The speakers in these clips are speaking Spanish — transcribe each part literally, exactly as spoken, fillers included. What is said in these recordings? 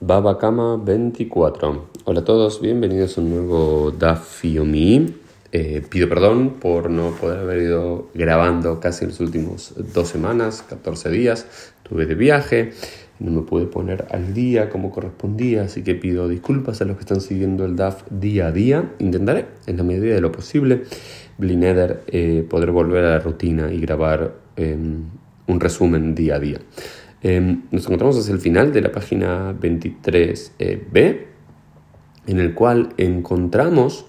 Baba Kama veinticuatro. Hola a todos, bienvenidos a un nuevo Daf Yomi. Eh, pido perdón por no poder haber ido grabando casi en las últimas dos semanas, catorce días. Estuve de viaje, no me pude poner al día como correspondía, así que pido disculpas a los que están siguiendo el Daf día a día. Intentaré, en la medida de lo posible, Blineder, eh, poder volver a la rutina y grabar eh, un resumen día a día. Eh, nos encontramos hacia el final de la página veintitrés b, en el cual encontramos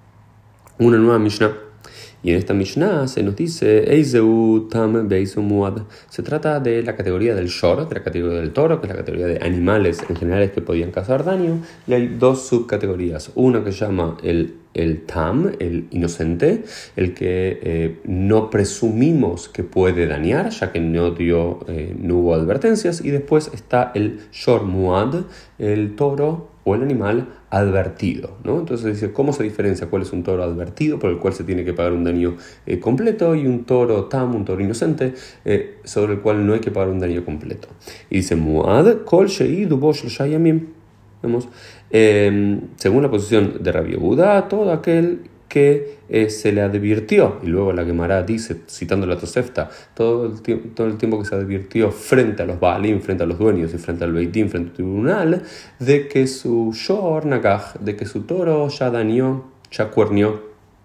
una nueva Mishnah. Y en esta Mishnah se nos dice Eizeu Tam Beisu Muad. Se trata de la categoría del shor, de la categoría del toro, que es la categoría de animales en general que podían causar daño. Y hay dos subcategorías. Una que se llama el, el Tam, el inocente, el que eh, no presumimos que puede dañar, ya que no, dio, eh, no hubo advertencias. Y después está el Shor Muad, el toro o el animal advertido, ¿no? Entonces dice, ¿cómo se diferencia cuál es un toro advertido por el cual se tiene que pagar un daño eh, completo y un toro tam, un toro inocente, eh, sobre el cual no hay que pagar un daño completo? Y dice, Muad kol sheidu bo shlosha yamim. Vemos, eh, según la posición de Rabbi Yehuda, todo aquel que eh, se le advirtió, y luego la Gemara dice, citando la Tosefta, todo el, tiempo, todo el tiempo que se advirtió frente a los Baalim, frente a los dueños y frente al Beit Din, frente al tribunal, de que su Shor Nagaj, de que su toro ya dañó, ya cuernió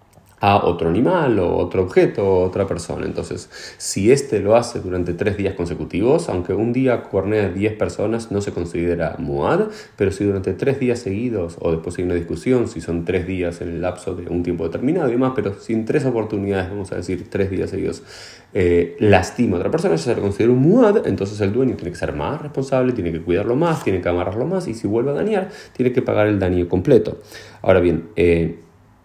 a otro animal o otro objeto o otra persona. Entonces, si este lo hace durante tres días consecutivos, aunque un día cuernea a diez personas, no se considera muad, pero si durante tres días seguidos, o después hay una discusión, si son tres días en el lapso de un tiempo determinado y demás, pero si en tres oportunidades, vamos a decir tres días seguidos, eh, lastima a otra persona, ya se le considera un muad. Entonces el dueño tiene que ser más responsable, tiene que cuidarlo más, tiene que amarrarlo más, y si vuelve a dañar, tiene que pagar el daño completo. Ahora bien, eh,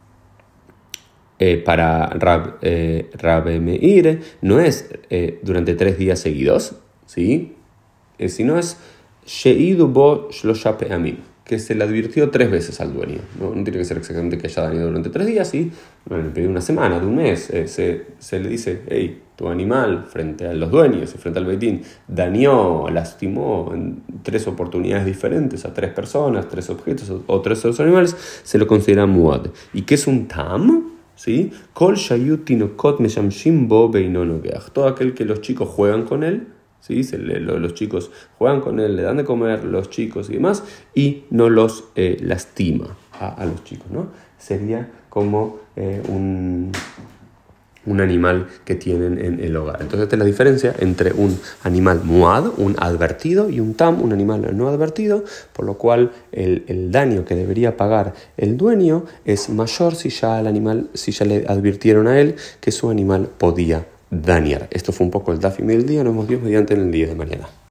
Eh, para Rab, eh, Rab Meir no es eh, durante tres días seguidos, ¿sí? Eh, sino es Sheidu bo shlosha pe'amim, que se le advirtió tres veces al dueño. No, no tiene que ser exactamente que haya dañado durante tres días, ¿sí? Bueno, de una semana, de un mes, eh, se, se le dice, hey, tu animal frente a los dueños y frente al Beit Din dañó, lastimó en tres oportunidades diferentes a tres personas, tres objetos o, o tres otros animales, se lo considera muad. ¿Y qué es un tam? ¿Sí? Kol shayut tinokot meshamshim bo beino nogeach. Todo aquel que los chicos juegan con él, ¿sí? Se le, lo, los chicos juegan con él, le dan de comer los chicos y demás, y no los eh, lastima a, a los chicos, ¿no? Sería como eh, un, un animal que tienen en el hogar. Entonces esta es la diferencia entre un animal muad, un advertido, y un tam, un animal no advertido, por lo cual el, el daño que debería pagar el dueño es mayor si ya al animal, si ya le advirtieron a él que su animal podía dañar. Esto fue un poco el Daf Yomi del día. Nos vemos Dios mediante en el día de mañana.